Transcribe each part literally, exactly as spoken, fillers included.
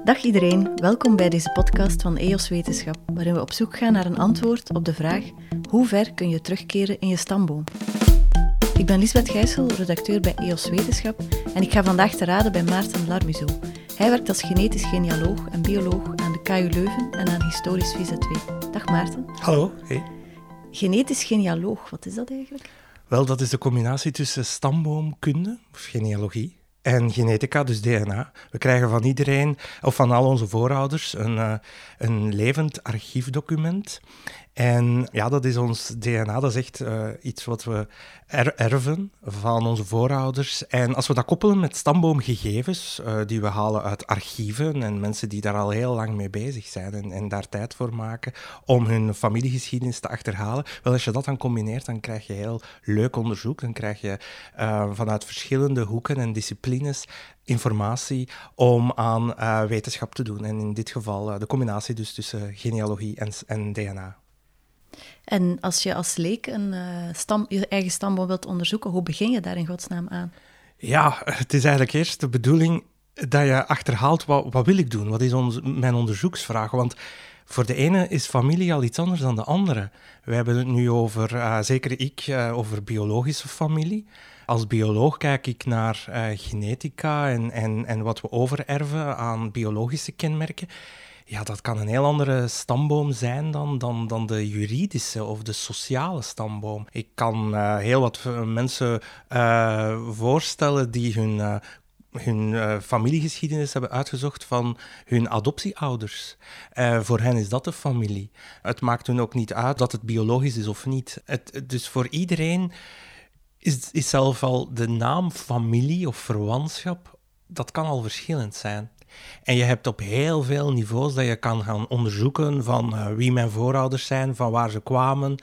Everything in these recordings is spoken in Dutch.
Dag iedereen, welkom bij deze podcast van E O S Wetenschap, waarin we op zoek gaan naar een antwoord op de vraag: hoe ver kun je terugkeren in je stamboom? Ik ben Lisbeth Gijssel, redacteur bij E O S Wetenschap en ik ga vandaag te raden bij Maarten Larmuzo. Hij werkt als genetisch genealoog en bioloog aan de K U Leuven en aan Historisch V Z W. Dag Maarten. Hallo. Hey. Genetisch genealoog, wat is dat eigenlijk? Wel, dat is de combinatie tussen stamboomkunde, of genealogie, en genetica, dus D N A. We krijgen van iedereen, of van al onze voorouders, een, uh, een levend archiefdocument. En ja, dat is ons D N A, dat is echt uh, iets wat we er- erven van onze voorouders. En als we dat koppelen met stamboomgegevens, uh, die we halen uit archieven en mensen die daar al heel lang mee bezig zijn en, en daar tijd voor maken om hun familiegeschiedenis te achterhalen, wel, als je dat dan combineert, dan krijg je heel leuk onderzoek. Dan krijg je uh, vanuit verschillende hoeken en disciplines informatie om aan uh, wetenschap te doen. En in dit geval uh, de combinatie dus tussen genealogie en, en D N A. En als je als leek een, uh, stam, je eigen stamboom wilt onderzoeken, hoe begin je daar in godsnaam aan? Ja, het is eigenlijk eerst de bedoeling dat je achterhaalt, wat, wat wil ik doen? Wat is ons, mijn onderzoeksvraag? Want voor de ene is familie al iets anders dan de andere. We hebben het nu over, uh, zeker ik, uh, over biologische familie. Als bioloog kijk ik naar uh, genetica en, en, en wat we overerven aan biologische kenmerken. Ja, dat kan een heel andere stamboom zijn dan, dan, dan de juridische of de sociale stamboom. Ik kan uh, heel wat mensen uh, voorstellen die hun, uh, hun uh, familiegeschiedenis hebben uitgezocht van hun adoptieouders. Uh, voor hen is dat de familie. Het maakt hun ook niet uit dat het biologisch is of niet. Het, dus voor iedereen is, is zelf al de naam familie of verwantschap, dat kan al verschillend zijn. En je hebt op heel veel niveaus dat je kan gaan onderzoeken van uh, wie mijn voorouders zijn, van waar ze kwamen,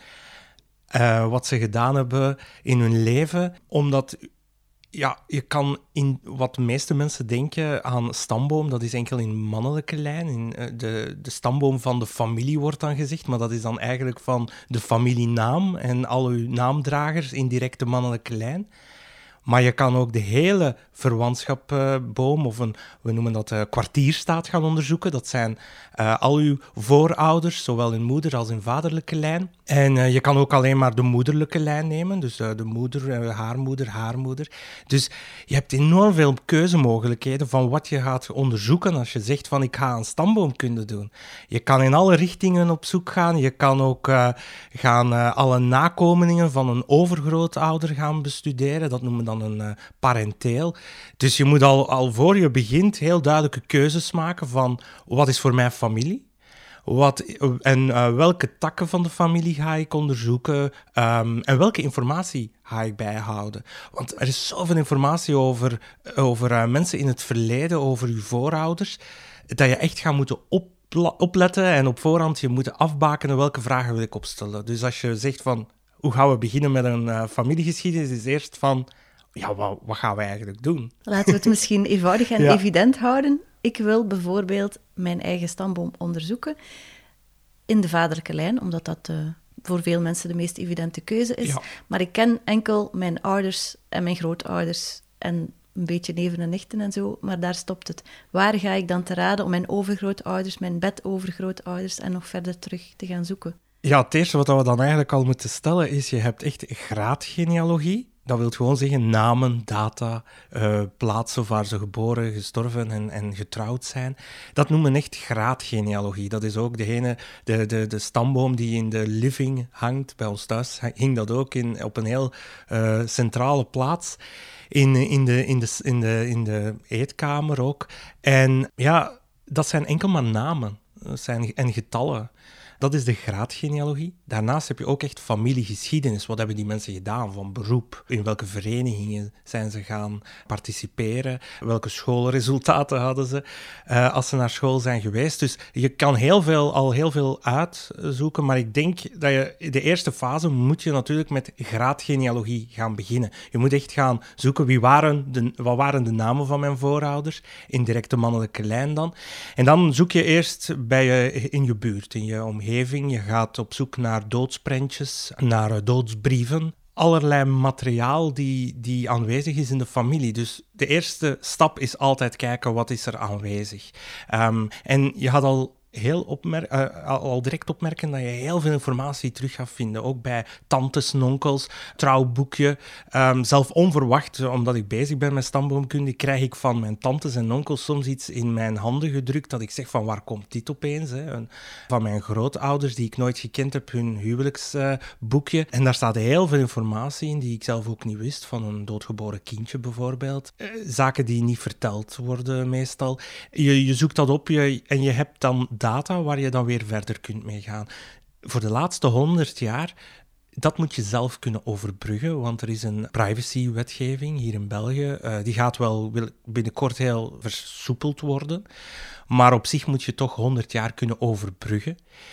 uh, wat ze gedaan hebben in hun leven. Omdat ja, je kan in wat de meeste mensen denken aan stamboom, dat is enkel in mannelijke lijn. In, uh, de, de stamboom van de familie wordt dan gezegd, maar dat is dan eigenlijk van de familienaam en al uw naamdragers in directe mannelijke lijn. Maar je kan ook de hele verwantschapboom, of een, we noemen dat uh, kwartierstaat, gaan onderzoeken. Dat zijn uh, al uw voorouders, zowel in moeder- als in vaderlijke lijn. En uh, je kan ook alleen maar de moederlijke lijn nemen, dus uh, de moeder, uh, haar moeder, haar moeder. Dus je hebt enorm veel keuzemogelijkheden van wat je gaat onderzoeken als je zegt van ik ga een stamboomkunde doen. Je kan in alle richtingen op zoek gaan. Je kan ook uh, gaan uh, alle nakomelingen van een overgrootouder gaan bestuderen. Dat noemen we dan een uh, parenteel. Dus je moet al, al voor je begint heel duidelijke keuzes maken van wat is voor mij familie? Wat, en uh, welke takken van de familie ga ik onderzoeken um, en welke informatie ga ik bijhouden. Want er is zoveel informatie over, over uh, mensen in het verleden, over uw voorouders, dat je echt gaat moeten op, opletten en op voorhand je moet afbakenen welke vragen wil ik opstellen. Dus als je zegt van hoe gaan we beginnen met een uh, familiegeschiedenis, is eerst van ja, wat, wat gaan we eigenlijk doen? Laten we het misschien eenvoudig en ja. evident houden. Ik wil bijvoorbeeld mijn eigen stamboom onderzoeken in de vaderlijke lijn, omdat dat uh, voor veel mensen de meest evidente keuze is. Ja. Maar ik ken enkel mijn ouders en mijn grootouders en een beetje neven en nichten en zo, maar daar stopt het. Waar ga ik dan te raden om mijn overgrootouders, mijn bedovergrootouders en nog verder terug te gaan zoeken? Ja, het eerste wat we dan eigenlijk al moeten stellen is, je hebt echt graadgenealogie. Dat wil gewoon zeggen namen, data, uh, plaatsen waar ze geboren, gestorven en, en getrouwd zijn. Dat noemen we echt graadgenealogie. Dat is ook degene, de, de, de stamboom die in de living hangt. Bij ons thuis hing dat ook in, op een heel uh, centrale plaats. In, in, de, in, de, in, de, in de eetkamer ook. En ja, dat zijn enkel maar namen dat zijn, en getallen. Dat is de graadgenealogie. Daarnaast heb je ook echt familiegeschiedenis. Wat hebben die mensen gedaan van beroep? In welke verenigingen zijn ze gaan participeren? Welke schoolresultaten hadden ze uh, als ze naar school zijn geweest? Dus je kan heel veel, al heel veel uitzoeken, maar ik denk dat je de eerste fase moet je natuurlijk met graadgenealogie gaan beginnen. Je moet echt gaan zoeken wie waren de, wat waren de namen van mijn voorouders, in directe mannelijke lijn dan. En dan zoek je eerst bij je, in je buurt, in je omgeving. Je gaat op zoek naar doodsprentjes, naar doodsbrieven. allerlei materiaal die, die aanwezig is in de familie. Dus de eerste stap is altijd kijken wat is er aanwezig. Um, en je had al heel opmer- uh, al direct opmerken dat je heel veel informatie terug gaat vinden. Ook bij tantes en onkels, trouwboekje. Um, zelf onverwacht, omdat ik bezig ben met stamboomkunde, krijg ik van mijn tantes en onkels soms iets in mijn handen gedrukt dat ik zeg van waar komt dit opeens? Hè? En van mijn grootouders, die ik nooit gekend heb, hun huwelijksboekje. Uh, en daar staat heel veel informatie in die ik zelf ook niet wist, van een doodgeboren kindje bijvoorbeeld. Uh, zaken die niet verteld worden meestal. Je, je zoekt dat op je, en je hebt dan data waar je dan weer verder kunt mee gaan. Voor de laatste honderd jaar, dat moet je zelf kunnen overbruggen, want er is een privacywetgeving hier in België. Uh, die gaat wel binnenkort heel versoepeld worden, maar op zich moet je toch honderd jaar kunnen overbruggen.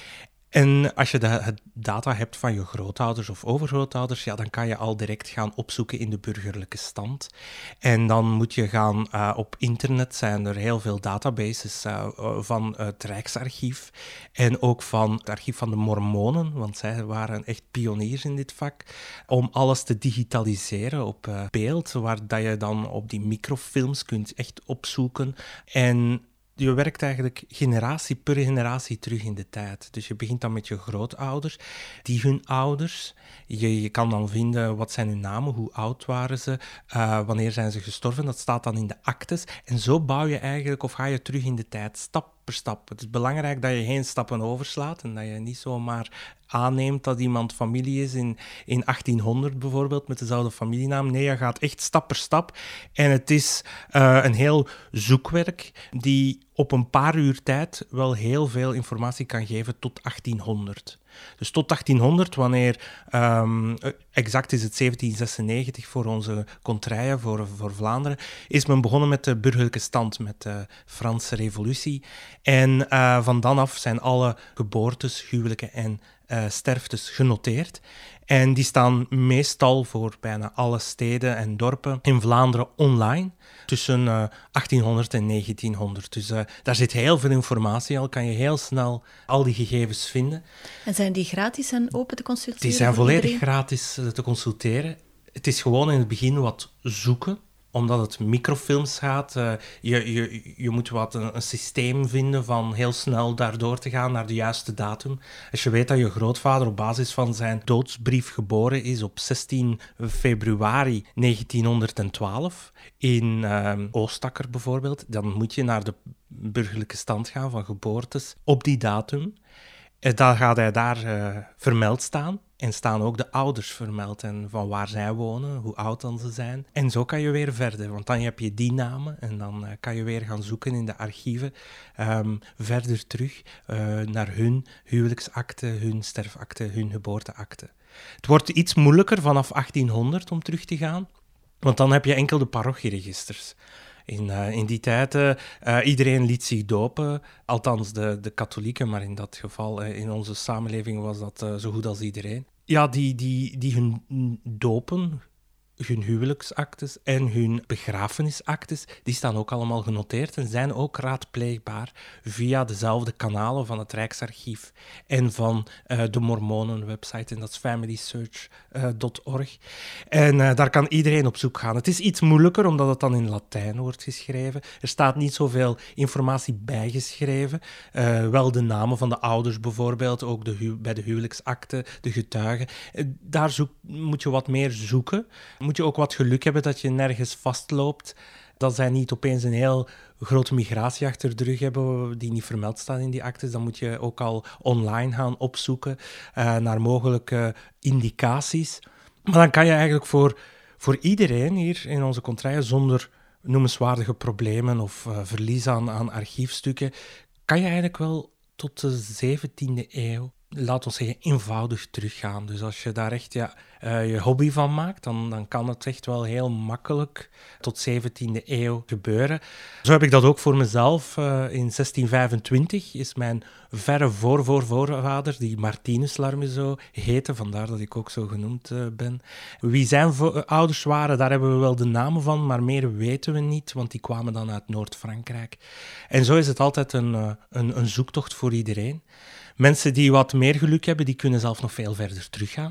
En als je de data hebt van je grootouders of overgrootouders, ja, dan kan je al direct gaan opzoeken in de burgerlijke stand. En dan moet je gaan, uh, op internet zijn er heel veel databases uh, van het Rijksarchief en ook van het archief van de Mormonen, want zij waren echt pioniers in dit vak, om alles te digitaliseren op uh, beeld, waar dat je dan op die microfilms kunt echt opzoeken. En je werkt eigenlijk generatie per generatie terug in de tijd. Dus je begint dan met je grootouders, die hun ouders. Je, je kan dan vinden wat zijn hun namen, hoe oud waren ze, uh, wanneer zijn ze gestorven. Dat staat dan in de actes. En zo bouw je eigenlijk, of ga je terug in de tijd, stap per stap. Het is belangrijk dat je geen stappen overslaat en dat je niet zomaar aanneemt dat iemand familie is in, in achttienhonderd bijvoorbeeld, met dezelfde familienaam. Nee, je gaat echt stap per stap. En het is uh, een heel zoekwerk die op een paar uur tijd wel heel veel informatie kan geven tot achttienhonderd. Dus tot achttienhonderd, wanneer, um, exact is het zeventien zesennegentig voor onze contraille, voor, voor Vlaanderen, is men begonnen met de burgerlijke stand, met de Franse revolutie. En uh, van dan af zijn alle geboortes, huwelijken en uh, sterftes genoteerd. En die staan meestal voor bijna alle steden en dorpen in Vlaanderen online, tussen uh, achttienhonderd en negentienhonderd. Dus uh, daar zit heel veel informatie al, kan je heel snel al die gegevens vinden. En zijn die gratis en open te consulteren? Die zijn volledig iedereen? gratis uh, te consulteren. Het is gewoon in het begin wat zoeken, omdat het microfilms gaat. Uh, je, je, je moet wat een, een systeem vinden van heel snel daardoor te gaan naar de juiste datum. Als je weet dat je grootvader op basis van zijn doodsbrief geboren is op zestien februari negentienhonderdtwaalf in uh, Oostakker bijvoorbeeld, dan moet je naar de burgerlijke stand gaan van geboortes op die datum. En dan gaat hij daar uh, vermeld staan. En staan ook de ouders vermeld en van waar zij wonen, hoe oud dan ze zijn. En zo kan je weer verder, want dan heb je die namen en dan uh, kan je weer gaan zoeken in de archieven um, verder terug uh, naar hun huwelijksakte, hun sterfakte, hun geboorteakte. Het wordt iets moeilijker vanaf achttienhonderd om terug te gaan, want dan heb je enkel de parochieregisters. In, uh, in die tijd, uh, iedereen liet zich dopen, althans de, de katholieken, maar in dat geval, uh, in onze samenleving was dat uh, zo goed als iedereen. Ja, die, die, die hun dopen, hun huwelijksaktes en hun begrafenisaktes, die staan ook allemaal genoteerd en zijn ook raadpleegbaar via dezelfde kanalen van het Rijksarchief en van uh, de Mormonen-website, en dat is family search dot org. En uh, daar kan iedereen op zoek gaan. Het is iets moeilijker, omdat het dan in Latijn wordt geschreven. Er staat niet zoveel informatie bijgeschreven. Uh, wel de namen van de ouders bijvoorbeeld, ook de hu- bij de huwelijksakte, de getuigen. Uh, daar zoek, moet je wat meer zoeken. Moet je ook wat geluk hebben dat je nergens vastloopt, dat zij niet opeens een heel grote migratie achter de rug hebben die niet vermeld staan in die actes. Dan moet je ook al online gaan opzoeken uh, naar mogelijke indicaties. Maar dan kan je eigenlijk voor, voor iedereen hier in onze contraille, zonder noemenswaardige problemen of uh, verlies aan, aan archiefstukken, kan je eigenlijk wel tot de zeventiende eeuw, laten we zeggen, eenvoudig teruggaan. Dus als je daar echt ja, uh, je hobby van maakt, dan, dan kan het echt wel heel makkelijk tot zeventiende eeuw gebeuren. Zo heb ik dat ook voor mezelf. Uh, in zestien vijfentwintig is mijn verre voorvoorvoorvader, die Martinus Larmezo heette, vandaar dat ik ook zo genoemd uh, ben. Wie zijn vo- uh, ouders waren, daar hebben we wel de namen van, maar meer weten we niet, want die kwamen dan uit Noord-Frankrijk. En zo is het altijd een, uh, een, een zoektocht voor iedereen. Mensen die wat meer geluk hebben, die kunnen zelf nog veel verder teruggaan.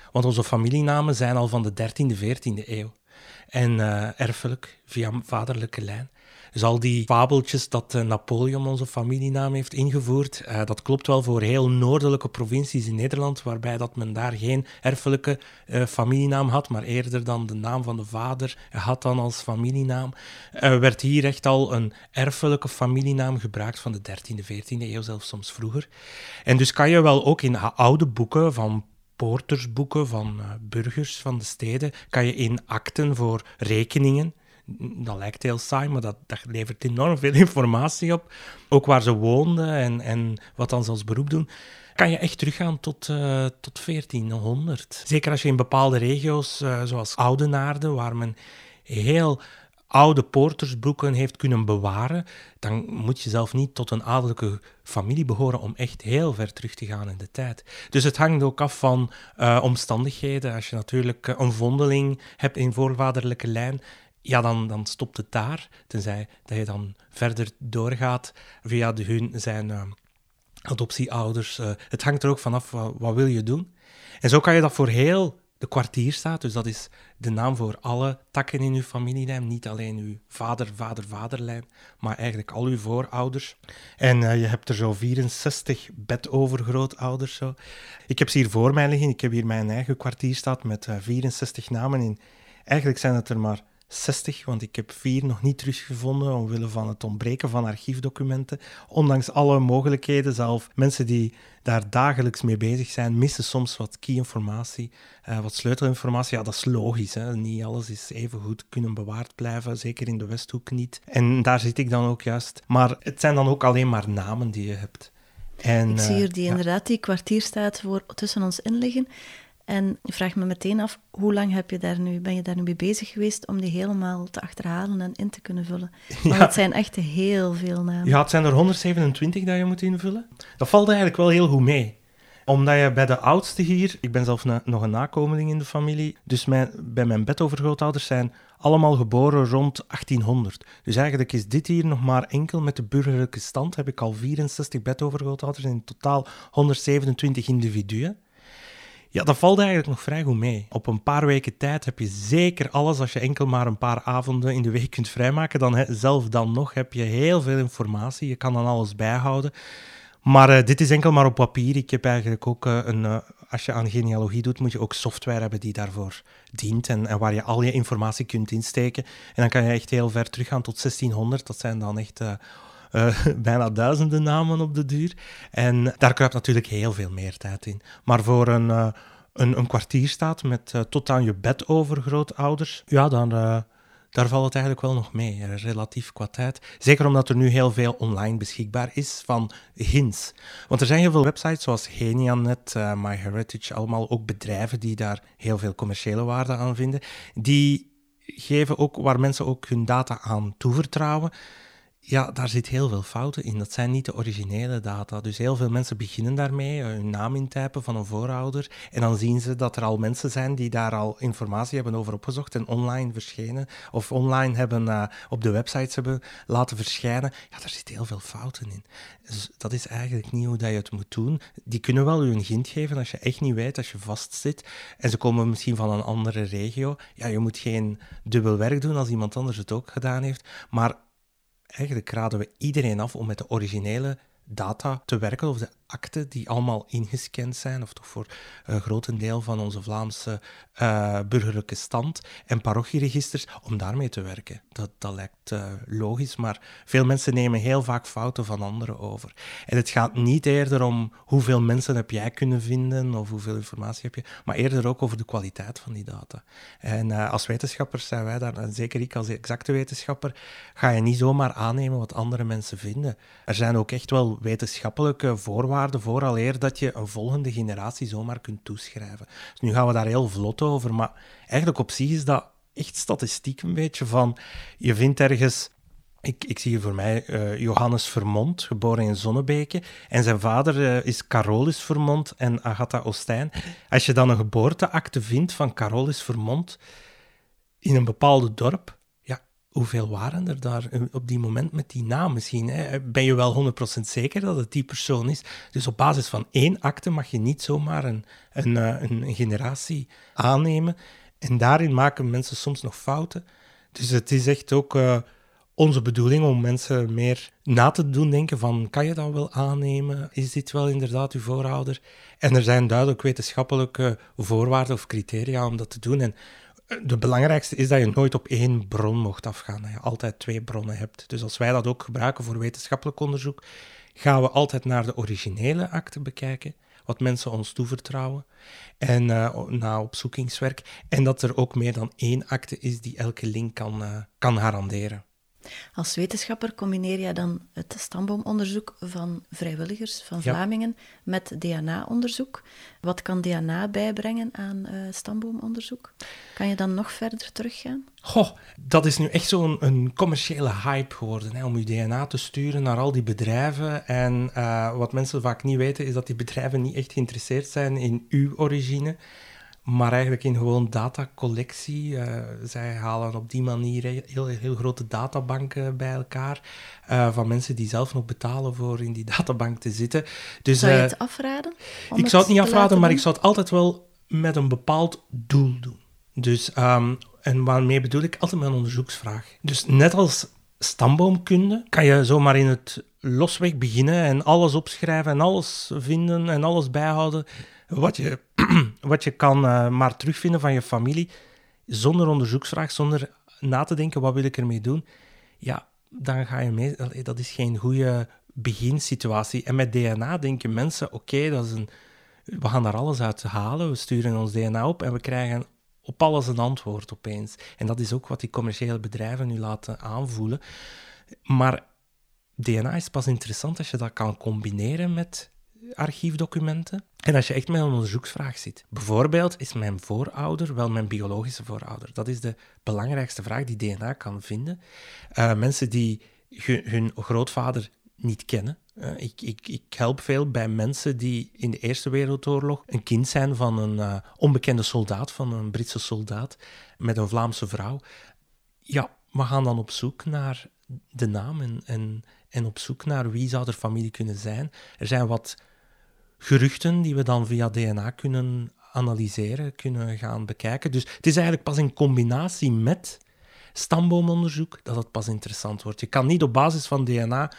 Want onze familienamen zijn al van de dertiende, veertiende eeuw. En uh, erfelijk, via vaderlijke lijn. Dus al die fabeltjes dat uh, Napoleon onze familienaam heeft ingevoerd, uh, dat klopt wel voor heel noordelijke provincies in Nederland, waarbij dat men daar geen erfelijke uh, familienaam had, maar eerder dan de naam van de vader had dan als familienaam. Uh, werd hier echt al een erfelijke familienaam gebruikt van de dertiende, veertiende eeuw, zelfs soms vroeger. En dus kan je wel ook in oude boeken van poortersboeken van uh, burgers van de steden, kan je in akten voor rekeningen, dat lijkt heel saai, maar dat, dat levert enorm veel informatie op, ook waar ze woonden en, en wat dan ze als beroep doen, kan je echt teruggaan tot, uh, tot veertienhonderd. Zeker als je in bepaalde regio's, uh, zoals Oudenaarde, waar men heel oude poortersboeken heeft kunnen bewaren, dan moet je zelf niet tot een adellijke familie behoren om echt heel ver terug te gaan in de tijd. Dus het hangt ook af van uh, omstandigheden. Als je natuurlijk uh, een vondeling hebt in voorvaderlijke lijn, ja, dan, dan stopt het daar. Tenzij dat je dan verder doorgaat via de hun zijn uh, adoptieouders. Uh, het hangt er ook vanaf, wat, wat wil je doen? En zo kan je dat voor heel de kwartierstaat, dus dat is de naam voor alle takken in uw familielijn, niet alleen uw vader, vader, vaderlijn, maar eigenlijk al uw voorouders. En uh, je hebt er zo vierenzestig bedovergrootouders. Zo. Ik heb ze hier voor mij liggen, ik heb hier mijn eigen kwartierstaat met uh, vierenzestig namen in. Eigenlijk zijn het er maar zestig, want ik heb vier nog niet teruggevonden omwille van het ontbreken van archiefdocumenten. Ondanks alle mogelijkheden, zelfs mensen die daar dagelijks mee bezig zijn, missen soms wat key-informatie, uh, wat sleutelinformatie. Ja, dat is logisch, hè? Niet alles is even goed kunnen bewaard blijven, zeker in de Westhoek niet. En daar zit ik dan ook juist. Maar het zijn dan ook alleen maar namen die je hebt. En, ik zie hier die, uh, inderdaad die kwartierstaat voor tussen ons in liggen. En ik vraag me meteen af, hoe lang heb je daar nu, ben je daar nu mee bezig geweest om die helemaal te achterhalen en in te kunnen vullen? Want ja. Het zijn echt heel veel namen. Ja, het zijn er honderdzevenentwintig dat je moet invullen. Dat valt eigenlijk wel heel goed mee. Omdat je bij de oudste hier, ik ben zelf na, nog een nakomeling in de familie, dus mijn, bij mijn bedovergrootouders zijn allemaal geboren rond achttienhonderd. Dus eigenlijk is dit hier nog maar enkel met de burgerlijke stand, heb ik al vierenzestig bedovergrootouders en in totaal honderdzevenentwintig individuen. Ja, dat valt eigenlijk nog vrij goed mee. Op een paar weken tijd heb je zeker alles. Als je enkel maar een paar avonden in de week kunt vrijmaken, dan he, zelf dan nog heb je heel veel informatie. Je kan dan alles bijhouden. Maar uh, dit is enkel maar op papier. Ik heb eigenlijk ook uh, een... Uh, als je aan genealogie doet, moet je ook software hebben die daarvoor dient en, en waar je al je informatie kunt insteken. En dan kan je echt heel ver teruggaan tot zestienhonderd. Dat zijn dan echt... Uh, Uh, bijna duizenden namen op de duur. En daar kruipt natuurlijk heel veel meer tijd in. Maar voor een, uh, een, een kwartierstaat met uh, tot aan je bedovergrootouders, ja, dan, uh, daar valt het eigenlijk wel nog mee, uh, relatief qua tijd. Zeker omdat er nu heel veel online beschikbaar is van hints. Want er zijn heel veel websites zoals Genianet, uh, MyHeritage, allemaal ook bedrijven die daar heel veel commerciële waarde aan vinden. Die geven ook, waar mensen ook hun data aan toevertrouwen. Ja, daar zit heel veel fouten in. Dat zijn niet de originele data. Dus heel veel mensen beginnen daarmee, hun naam intypen van een voorouder. En dan zien ze dat er al mensen zijn die daar al informatie hebben over opgezocht en online verschenen. Of online hebben uh, op de websites hebben laten verschijnen. Ja, daar zit heel veel fouten in. Dus dat is eigenlijk niet hoe dat je het moet doen. Die kunnen wel je een hint geven als je echt niet weet, als je vastzit. En ze komen misschien van een andere regio. Ja, je moet geen dubbel werk doen als iemand anders het ook gedaan heeft. Maar eigenlijk raden we iedereen af om met de originele data te werken, of de akten die allemaal ingescand zijn, of toch voor een grotendeel van onze Vlaamse uh, burgerlijke stand en parochieregisters, om daarmee te werken. Dat, dat lijkt uh, logisch, maar veel mensen nemen heel vaak fouten van anderen over. En het gaat niet eerder om hoeveel mensen heb jij kunnen vinden, of hoeveel informatie heb je, maar eerder ook over de kwaliteit van die data. En uh, als wetenschappers zijn wij daar, en zeker ik als exacte wetenschapper, ga je niet zomaar aannemen wat andere mensen vinden. Er zijn ook echt wel wetenschappelijke voorwaarden vooraleer dat je een volgende generatie zomaar kunt toeschrijven. Dus nu gaan we daar heel vlot over, maar eigenlijk op zich is dat echt statistiek een beetje van, je vindt ergens, ik, ik zie hier voor mij uh, Johannes Vermont, geboren in Zonnebeke, en zijn vader uh, is Carolus Vermont en Agatha Ostijn. Als je dan een geboorteakte vindt van Carolus Vermont in een bepaald dorp, ja, hoeveel waren er daar op die moment met die naam misschien? Hè? Ben je wel honderd procent zeker dat het die persoon is? Dus op basis van één akte mag je niet zomaar een, een, een, een generatie aannemen. En daarin maken mensen soms nog fouten. Dus het is echt ook uh, onze bedoeling om mensen meer na te doen denken van, kan je dat wel aannemen? Is dit wel inderdaad uw voorouder? En er zijn duidelijk wetenschappelijke voorwaarden of criteria om dat te doen. En de belangrijkste is dat je nooit op één bron mocht afgaan. Dat je altijd twee bronnen hebt. Dus als wij dat ook gebruiken voor wetenschappelijk onderzoek, gaan we altijd naar de originele akte bekijken, wat mensen ons toevertrouwen, en uh, na opzoekingswerk. En dat er ook meer dan één akte is die elke link kan, uh, kan garanderen. Als wetenschapper combineer je dan het stamboomonderzoek van vrijwilligers, van Vlamingen, ja. met D N A-onderzoek. Wat kan D N A bijbrengen aan uh, stamboomonderzoek? Kan je dan nog verder teruggaan? Goh, dat is nu echt zo'n een commerciële hype geworden, hè, om je D N A te sturen naar al die bedrijven. En uh, wat mensen vaak niet weten, is dat die bedrijven niet echt geïnteresseerd zijn in uw origine, maar eigenlijk in gewoon datacollectie. Uh, zij halen op die manier heel, heel grote databanken bij elkaar, uh, van mensen die zelf nog betalen voor in die databank te zitten. Dus, zou je uh, het afraden? Ik zou het niet afraden, maar doen? Ik zou het altijd wel met een bepaald doel doen. Dus, um, en waarmee bedoel ik? Altijd met een onderzoeksvraag. Dus net als stamboomkunde kan je zomaar in het losweg beginnen en alles opschrijven en alles vinden en alles bijhouden wat je, wat je kan uh, maar terugvinden van je familie, zonder onderzoeksvraag, zonder na te denken, wat wil ik ermee doen? Ja, dan ga je mee. Dat is geen goede beginsituatie. En met D N A denken mensen, oké, okay, dat is een, we gaan daar alles uit halen, we sturen ons D N A op en we krijgen op alles een antwoord opeens. En dat is ook wat die commerciële bedrijven nu laten aanvoelen. Maar D N A is pas interessant als je dat kan combineren met archiefdocumenten. En als je echt met een onderzoeksvraag zit. Bijvoorbeeld, is mijn voorouder wel mijn biologische voorouder? Dat is de belangrijkste vraag die D N A kan vinden. Uh, mensen die hun, hun grootvader niet kennen. Uh, ik, ik, ik help veel bij mensen die in de Eerste Wereldoorlog een kind zijn van een uh, onbekende soldaat, van een Britse soldaat, met een Vlaamse vrouw. Ja, we gaan dan op zoek naar de naam en, en, en op zoek naar wie zou er familie kunnen zijn. Er zijn wat geruchten die we dan via D N A kunnen analyseren, kunnen gaan bekijken. Dus het is eigenlijk pas in combinatie met stamboomonderzoek dat het pas interessant wordt. Je kan niet op basis van D N A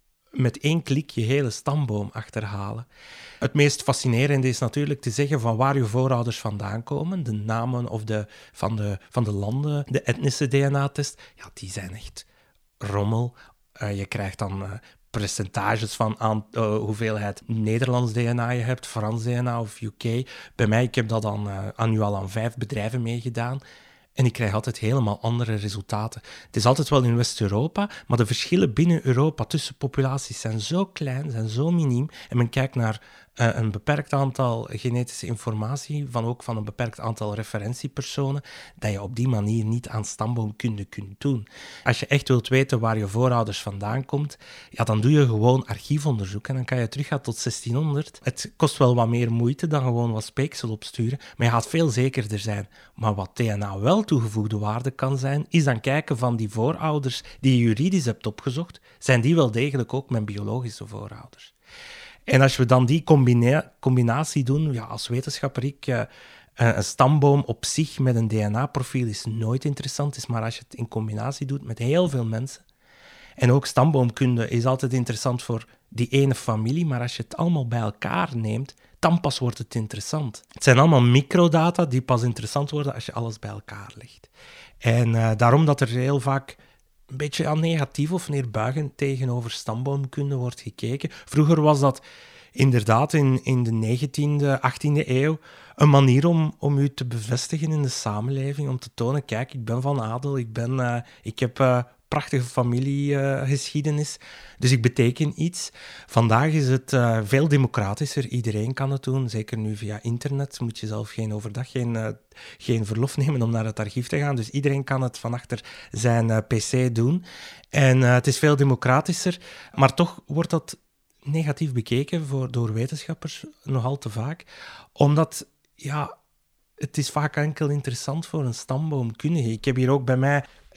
met één klik je hele stamboom achterhalen. Het meest fascinerende is natuurlijk te zeggen van waar je voorouders vandaan komen. De namen of de, van, de, van de landen, de etnische D N A-test, ja, die zijn echt rommel. Uh, je krijgt dan uh, percentages van aan, uh, hoeveelheid Nederlands D N A je hebt, Frans D N A of U K. Bij mij, ik heb dat dan, uh, aan nu al aan vijf bedrijven meegedaan. En ik krijg altijd helemaal andere resultaten. Het is altijd wel in West-Europa, maar de verschillen binnen Europa tussen populaties zijn zo klein, zijn zo miniem. En men kijkt naar uh, een beperkt aantal genetische informatie, van ook van een beperkt aantal referentiepersonen, dat je op die manier niet aan stamboomkunde kunt doen. Als je echt wilt weten waar je voorouders vandaan komt, ja, dan doe je gewoon archiefonderzoek en dan kan je teruggaan tot zestienhonderd. Het kost wel wat meer moeite dan gewoon wat speeksel opsturen, maar je gaat veel zekerder zijn. Maar wat D N A wel toegevoegde waarde kan zijn, is dan kijken van die voorouders die je juridisch hebt opgezocht, zijn die wel degelijk ook mijn biologische voorouders. En als we dan die combina- combinatie doen, ja, als wetenschapper, ik, uh, een stamboom op zich met een D N A-profiel is nooit interessant, is maar als je het in combinatie doet met heel veel mensen. En ook stamboomkunde is altijd interessant voor die ene familie, maar als je het allemaal bij elkaar neemt, dan pas wordt het interessant. Het zijn allemaal microdata die pas interessant worden als je alles bij elkaar legt. En uh, daarom dat er heel vaak een beetje aan negatief of neerbuigend tegenover stamboomkunde wordt gekeken. Vroeger was dat inderdaad in, in de negentiende, achttiende eeuw een manier om, om u te bevestigen in de samenleving, om te tonen, kijk, ik ben van adel, ik, ben, uh, ik heb uh, prachtige familiegeschiedenis, uh, dus ik beteken iets. Vandaag is het uh, veel democratischer, iedereen kan het doen, zeker nu via internet, moet je zelf geen overdag geen, uh, geen verlof nemen om naar het archief te gaan, dus iedereen kan het van achter zijn uh, pc doen. En uh, het is veel democratischer, maar toch wordt dat negatief bekeken voor, door wetenschappers nog al te vaak, omdat, ja, het is vaak enkel interessant voor een stamboomkundige. Ik heb hier ook bij mij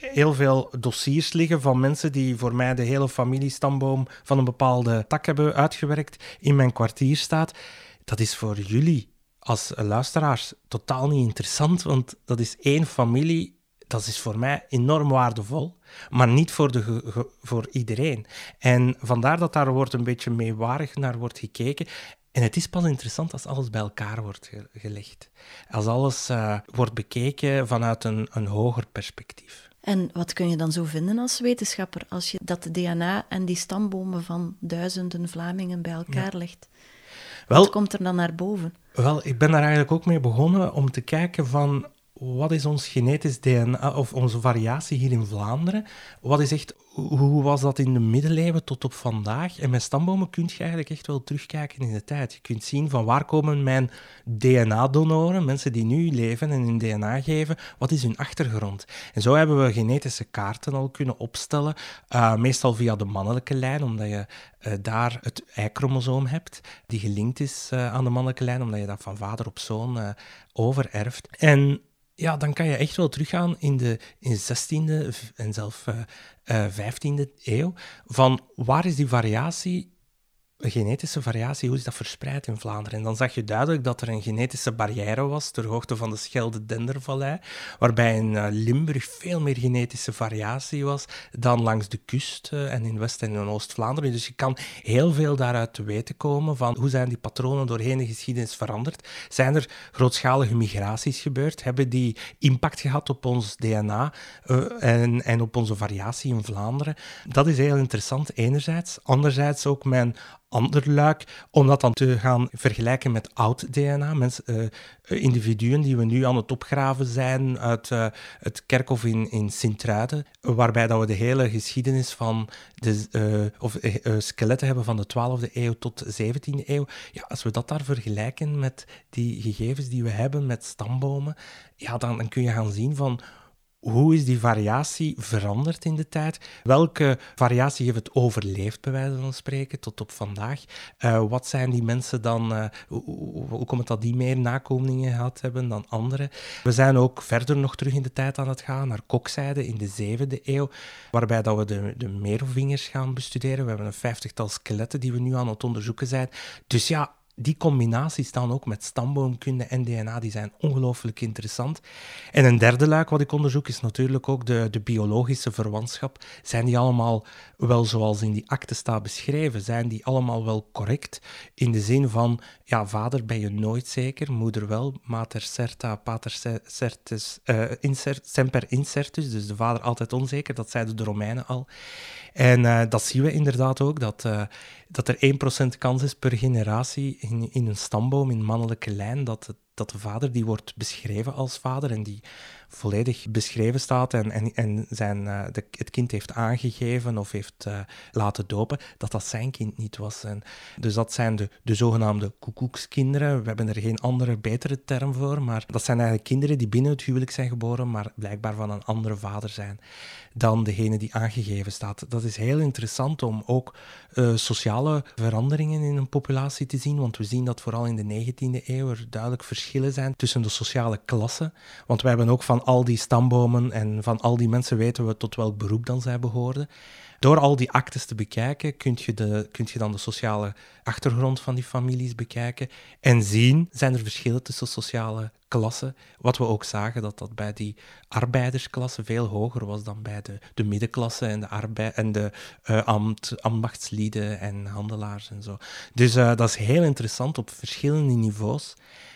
heel veel dossiers liggen van mensen die voor mij de hele familiestamboom van een bepaalde tak hebben uitgewerkt, in mijn kwartier staat. Dat is voor jullie als luisteraars totaal niet interessant, want dat is één familie. Dat is voor mij enorm waardevol, maar niet voor, de ge- ge- voor iedereen. En vandaar dat daar wordt een beetje meewarig naar wordt gekeken. En het is pas interessant als alles bij elkaar wordt ge- gelegd. Als alles uh, wordt bekeken vanuit een, een hoger perspectief. En wat kun je dan zo vinden als wetenschapper als je dat D N A en die stambomen van duizenden Vlamingen bij elkaar ja. legt? Wat wel, komt er dan naar boven? Wel, ik ben daar eigenlijk ook mee begonnen om te kijken van wat is ons genetisch D N A of onze variatie hier in Vlaanderen? Wat is echt, hoe was dat in de middeleeuwen tot op vandaag? En met stambomen kun je eigenlijk echt wel terugkijken in de tijd. Je kunt zien van waar komen mijn D N A-donoren, mensen die nu leven en hun D N A geven, wat is hun achtergrond? En zo hebben we genetische kaarten al kunnen opstellen, uh, meestal via de mannelijke lijn, omdat je uh, daar het Y-chromosoom hebt, die gelinkt is uh, aan de mannelijke lijn, omdat je dat van vader op zoon uh, overerft. En ja, dan kan je echt wel teruggaan in de, in de zestiende en zelfs uh, uh, vijftiende eeuw. Van waar is die variatie, genetische variatie, hoe is dat verspreid in Vlaanderen? En dan zag je duidelijk dat er een genetische barrière was ter hoogte van de Schelde-Dendervallei, waarbij in uh, Limburg veel meer genetische variatie was dan langs de kust uh, en in West- en in Oost-Vlaanderen. Dus je kan heel veel daaruit te weten komen van hoe zijn die patronen doorheen de geschiedenis veranderd. Zijn er grootschalige migraties gebeurd? Hebben die impact gehad op ons D N A uh, en, en op onze variatie in Vlaanderen? Dat is heel interessant, enerzijds. Anderzijds ook mijn ander luik, om dat dan te gaan vergelijken met oud D N A. Mensen, uh, individuen die we nu aan het opgraven zijn uit uh, het kerkhof in, in Sint-Truiden, waarbij dat we de hele geschiedenis van de uh, of, uh, skeletten hebben van de twaalfde eeuw tot de zeventiende eeuw. Ja, als we dat daar vergelijken met die gegevens die we hebben met stambomen, ja, dan, dan kun je gaan zien van hoe is die variatie veranderd in de tijd? Welke variatie heeft het overleefd, bij wijze van spreken, tot op vandaag? Uh, wat zijn die mensen dan... Uh, hoe, hoe, hoe komt het dat die meer nakomelingen gehad hebben dan anderen? We zijn ook verder nog terug in de tijd aan het gaan, naar Kokzijde in de zevende eeuw, waarbij dat we de, de Merovingers gaan bestuderen. We hebben een vijftigtal skeletten die we nu aan het onderzoeken zijn. Dus ja, die combinaties dan ook met stamboomkunde en D N A, die zijn ongelooflijk interessant. En een derde luik wat ik onderzoek is natuurlijk ook de, de biologische verwantschap. Zijn die allemaal wel zoals in die akte staat beschreven? Zijn die allemaal wel correct? In de zin van, ja, vader ben je nooit zeker, moeder wel, mater certa, pater certus, uh, insert, semper incertus, dus de vader altijd onzeker, dat zeiden de Romeinen al. En uh, dat zien we inderdaad ook, dat, uh, dat er één procent kans is per generatie in, in een stamboom, in mannelijke lijn, dat, het, dat de vader die wordt beschreven als vader en die volledig beschreven staat en, en, en zijn, uh, de, het kind heeft aangegeven of heeft uh, laten dopen, dat dat zijn kind niet was. En dus dat zijn de, de zogenaamde koekoekskinderen. We hebben er geen andere, betere term voor, maar dat zijn eigenlijk kinderen die binnen het huwelijk zijn geboren, maar blijkbaar van een andere vader zijn dan degene die aangegeven staat. Dat is heel interessant om ook uh, sociale veranderingen in een populatie te zien, want we zien dat vooral in de negentiende eeuw er duidelijk verschillen zijn tussen de sociale klassen, want wij hebben ook van al die stambomen en van al die mensen weten we tot welk beroep dan zij behoorden. Door al die aktes te bekijken, kun je, de, kun je dan de sociale achtergrond van die families bekijken en zien, zijn er verschillen tussen sociale klassen. Wat we ook zagen, dat dat bij die arbeidersklasse veel hoger was dan bij de, de middenklasse en de, arbeid, en de uh, ambt, ambachtslieden en handelaars en zo. Dus uh, dat is heel interessant op verschillende niveaus.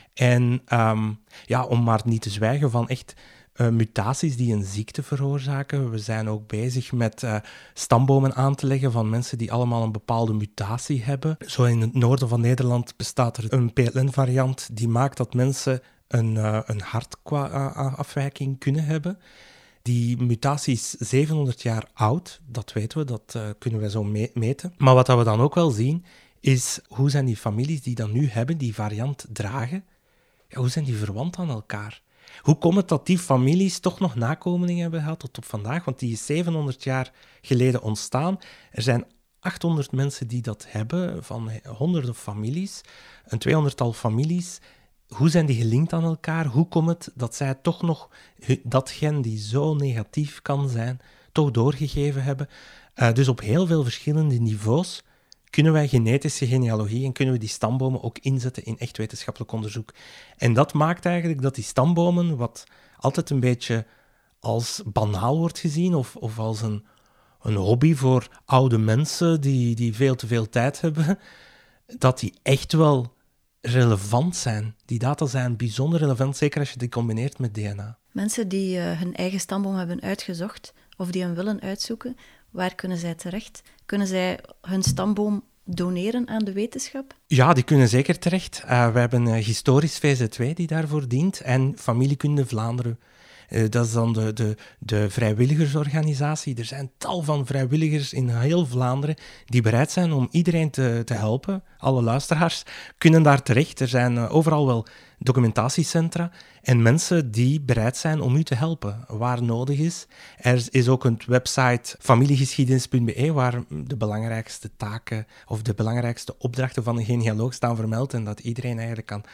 En um, ja, om maar niet te zwijgen van echt uh, mutaties die een ziekte veroorzaken. We zijn ook bezig met uh, stambomen aan te leggen van mensen die allemaal een bepaalde mutatie hebben. Zo in het noorden van Nederland bestaat er een P L N-variant die maakt dat mensen een, uh, een hartafwijking kunnen hebben. Die mutatie is zevenhonderd jaar oud, dat weten we, dat uh, kunnen we zo me- meten. Maar wat we dan ook wel zien, is hoe zijn die families die dat nu hebben, die variant dragen, ja, hoe zijn die verwant aan elkaar? Hoe komt het dat die families toch nog nakomelingen hebben gehad tot op vandaag? Want die is zevenhonderd jaar geleden ontstaan. Er zijn achthonderd mensen die dat hebben, van honderden families, een tweehonderdtal families hoe zijn die gelinkt aan elkaar? Hoe komt het dat zij toch nog dat gen die zo negatief kan zijn, toch doorgegeven hebben? Uh, dus op heel veel verschillende niveaus kunnen wij genetische genealogie en kunnen we die stambomen ook inzetten in echt wetenschappelijk onderzoek. En dat maakt eigenlijk dat die stambomen, wat altijd een beetje als banaal wordt gezien of, of als een, een hobby voor oude mensen die, die veel te veel tijd hebben, dat die echt wel relevant zijn. Die data zijn bijzonder relevant, zeker als je die combineert met D N A. Mensen die uh, hun eigen stamboom hebben uitgezocht of die hem willen uitzoeken, waar kunnen zij terecht? Kunnen zij hun stamboom doneren aan de wetenschap? Ja, die kunnen zeker terecht. Uh, we hebben uh, Historisch V Z W die daarvoor dient en Familiekunde Vlaanderen. Uh, dat is dan de, de, de vrijwilligersorganisatie. Er zijn tal van vrijwilligers in heel Vlaanderen die bereid zijn om iedereen te, te helpen. Alle luisteraars kunnen daar terecht. Er zijn uh, overal wel documentatiecentra en mensen die bereid zijn om u te helpen, waar nodig is. Er is ook een website familiegeschiedenis punt be waar de belangrijkste taken of de belangrijkste opdrachten van een genealoog staan vermeld en dat iedereen eigenlijk kan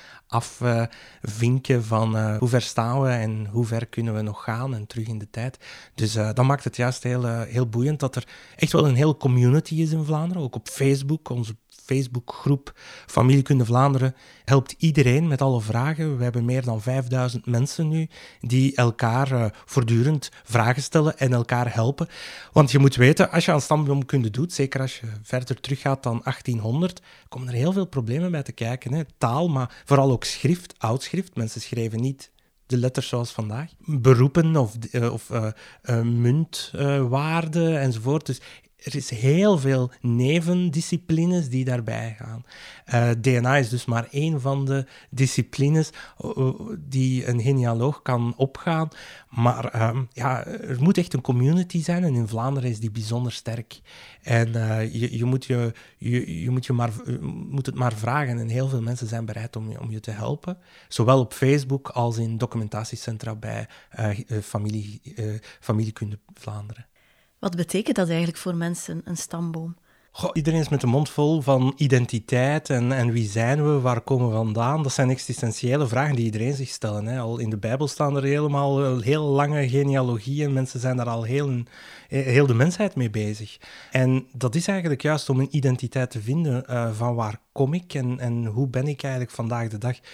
afvinken uh, van uh, hoe ver staan we en hoe ver kunnen we nog gaan en terug in de tijd. Dus uh, dat maakt het juist heel, uh, heel boeiend dat er echt wel een hele community is in Vlaanderen, ook op Facebook. Onze Facebookgroep Familiekunde Vlaanderen helpt iedereen met alle vragen. We hebben meer dan vijfduizend mensen nu die elkaar uh, voortdurend vragen stellen en elkaar helpen. Want je moet weten, als je aan stamboomkunde doet, zeker als je verder teruggaat dan achttienhonderd, komen er heel veel problemen bij te kijken. Hè? Taal, maar vooral ook schrift, oudschrift. Mensen schreven niet de letters zoals vandaag. Beroepen of, uh, of uh, uh, muntwaarden uh, enzovoort. Dus er is heel veel nevendisciplines die daarbij gaan. Uh, D N A is dus maar één van de disciplines uh, die een genealoog kan opgaan. Maar uh, ja, er moet echt een community zijn en in Vlaanderen is die bijzonder sterk. En uh, je, je, moet je, je, je, moet je maar, je moet het maar vragen en heel veel mensen zijn bereid om je, om je te helpen. Zowel op Facebook als in documentatiecentra bij uh, familie, uh, Familiekunde Vlaanderen. Wat betekent dat eigenlijk voor mensen, een stamboom? Goh, iedereen is met de mond vol van identiteit en, en wie zijn we, waar komen we vandaan? Dat zijn existentiële vragen die iedereen zich stelt. Hè. Al in de Bijbel staan er helemaal heel lange genealogieën. Mensen zijn daar al heel, heel de mensheid mee bezig. En dat is eigenlijk juist om een identiteit te vinden uh, van waar kom ik en, en hoe ben ik eigenlijk vandaag de dag.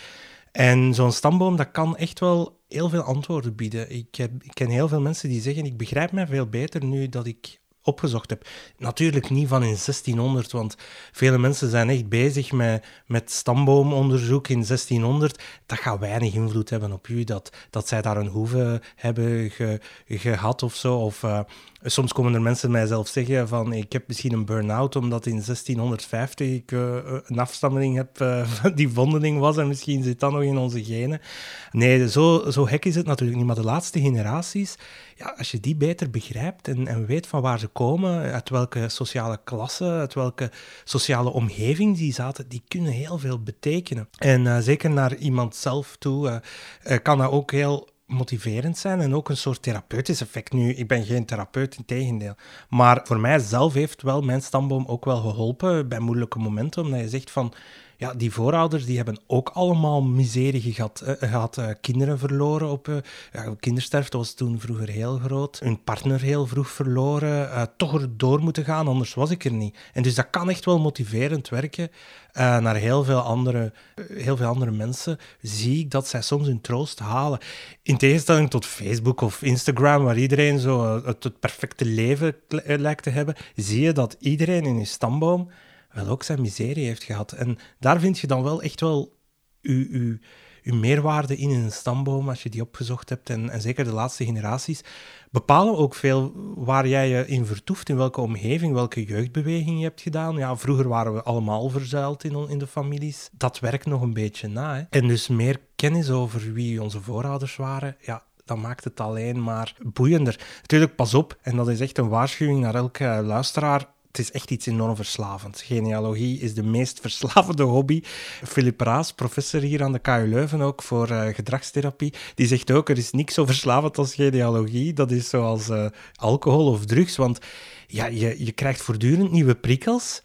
En zo'n stamboom, dat kan echt wel heel veel antwoorden bieden. Ik, heb, ik ken heel veel mensen die zeggen, ik begrijp mij veel beter nu dat ik opgezocht heb. Natuurlijk niet van in zestienhonderd, want vele mensen zijn echt bezig met, met stamboomonderzoek in zestienhonderd. Dat gaat weinig invloed hebben op u, dat, dat zij daar een hoeve hebben ge, gehad of zo. Of uh, soms komen er mensen mij zelf zeggen van, ik heb misschien een burn-out omdat in zestienhonderdvijftig ik uh, een afstammeling heb uh, die vondeling was en misschien zit dat nog in onze genen. Nee, zo, zo gek is het natuurlijk niet, maar de laatste generaties, ja, als je die beter begrijpt en, en weet van waar ze komen, uit welke sociale klasse, uit welke sociale omgeving die zaten, die kunnen heel veel betekenen. En uh, zeker naar iemand zelf toe uh, uh, kan dat ook heel motiverend zijn en ook een soort therapeutisch effect. Nu, ik ben geen therapeut, integendeel. Maar voor mij zelf heeft wel mijn stamboom ook wel geholpen bij moeilijke momenten, omdat je zegt van, ja, die voorouders die hebben ook allemaal miserie gehad. Uh, gehad uh, kinderen verloren. Op, uh, ja, kindersterfte was toen vroeger heel groot. Hun partner heel vroeg verloren. Uh, toch erdoor moeten gaan, anders was ik er niet. En dus dat kan echt wel motiverend werken. Uh, naar heel veel, andere, uh, heel veel andere mensen zie ik dat zij soms hun troost halen. In tegenstelling tot Facebook of Instagram, waar iedereen zo uh, het, het perfecte leven uh, lijkt te hebben, zie je dat iedereen in je stamboom wel ook zijn miserie heeft gehad. En daar vind je dan wel echt wel uw, uw, uw meerwaarde in in een stamboom, als je die opgezocht hebt. En, en zeker de laatste generaties bepalen ook veel waar jij je in vertoeft, in welke omgeving, welke jeugdbeweging je hebt gedaan. Ja, vroeger waren we allemaal verzuild in, in de families. Dat werkt nog een beetje na. Hè. En dus meer kennis over wie onze voorouders waren, ja, dat maakt het alleen maar boeiender. Natuurlijk, pas op, en dat is echt een waarschuwing naar elke luisteraar, het is echt iets enorm verslavend. Genealogie is de meest verslavende hobby. Philip Raas, professor hier aan de K U Leuven ook voor uh, gedragstherapie, die zegt ook, er is niks zo verslavend als genealogie. Dat is zoals uh, alcohol of drugs, want ja, je, je krijgt voortdurend nieuwe prikkels.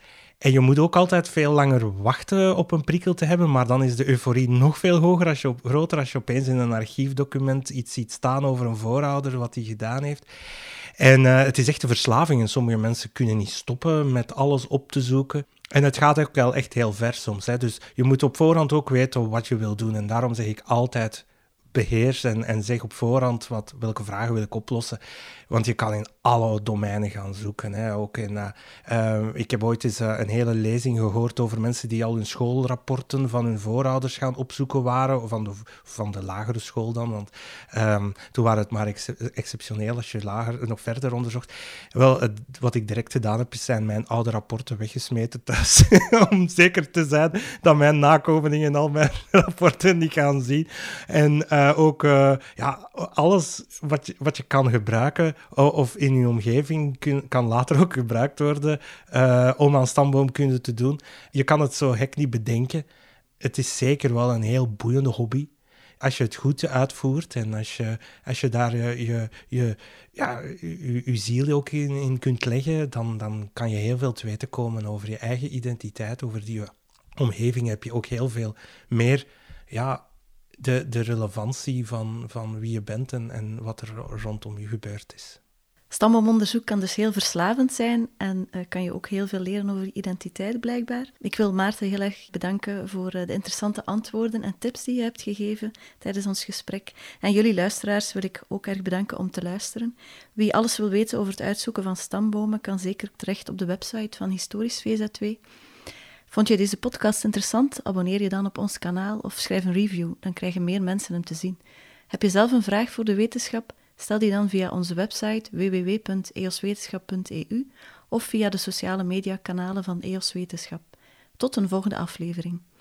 En je moet ook altijd veel langer wachten op een prikkel te hebben, maar dan is de euforie nog veel hoger als je op, groter als je opeens in een archiefdocument iets ziet staan over een voorouder, wat hij gedaan heeft. En uh, het is echt een verslaving en sommige mensen kunnen niet stoppen met alles op te zoeken. En het gaat ook wel echt heel ver soms. Hè? Dus je moet op voorhand ook weten wat je wil doen. En daarom zeg ik altijd beheers en, en zeg op voorhand wat, welke vragen wil ik oplossen. Want je kan in alle domeinen gaan zoeken. Hè. Ook in, uh, uh, ik heb ooit eens uh, een hele lezing gehoord over mensen die al hun schoolrapporten van hun voorouders gaan opzoeken waren, van de, van de lagere school dan, want um, toen waren het maar ex- exceptioneel als je lager, nog verder onderzocht. Wel, het, wat ik direct gedaan heb, is zijn mijn oude rapporten weggesmeten thuis, om zeker te zijn dat mijn nakomelingen al mijn rapporten niet gaan zien. En uh, ook uh, ja, alles wat je, wat je kan gebruiken, of in je omgeving kun, kan later ook gebruikt worden uh, om aan stamboomkunde te doen. Je kan het zo gek niet bedenken. Het is zeker wel een heel boeiende hobby. Als je het goed uitvoert en als je, als je daar je, je, je, ja, je, je ziel ook in, in kunt leggen, dan, dan kan je heel veel te weten komen over je eigen identiteit, over die omgeving heb je ook heel veel meer... Ja, De, de relevantie van, van wie je bent en, en wat er rondom je gebeurd is. Stamboomonderzoek kan dus heel verslavend zijn en uh, kan je ook heel veel leren over identiteit, blijkbaar. Ik wil Maarten heel erg bedanken voor uh, de interessante antwoorden en tips die je hebt gegeven tijdens ons gesprek. En jullie luisteraars wil ik ook erg bedanken om te luisteren. Wie alles wil weten over het uitzoeken van stambomen, kan zeker terecht op de website van Historisch V Z W. Vond je deze podcast interessant? Abonneer je dan op ons kanaal of schrijf een review, dan krijgen meer mensen hem te zien. Heb je zelf een vraag voor de wetenschap? Stel die dan via onze website w w w punt e o s wetenschap punt e u of via de sociale mediakanalen van E O S Wetenschap. Tot een volgende aflevering.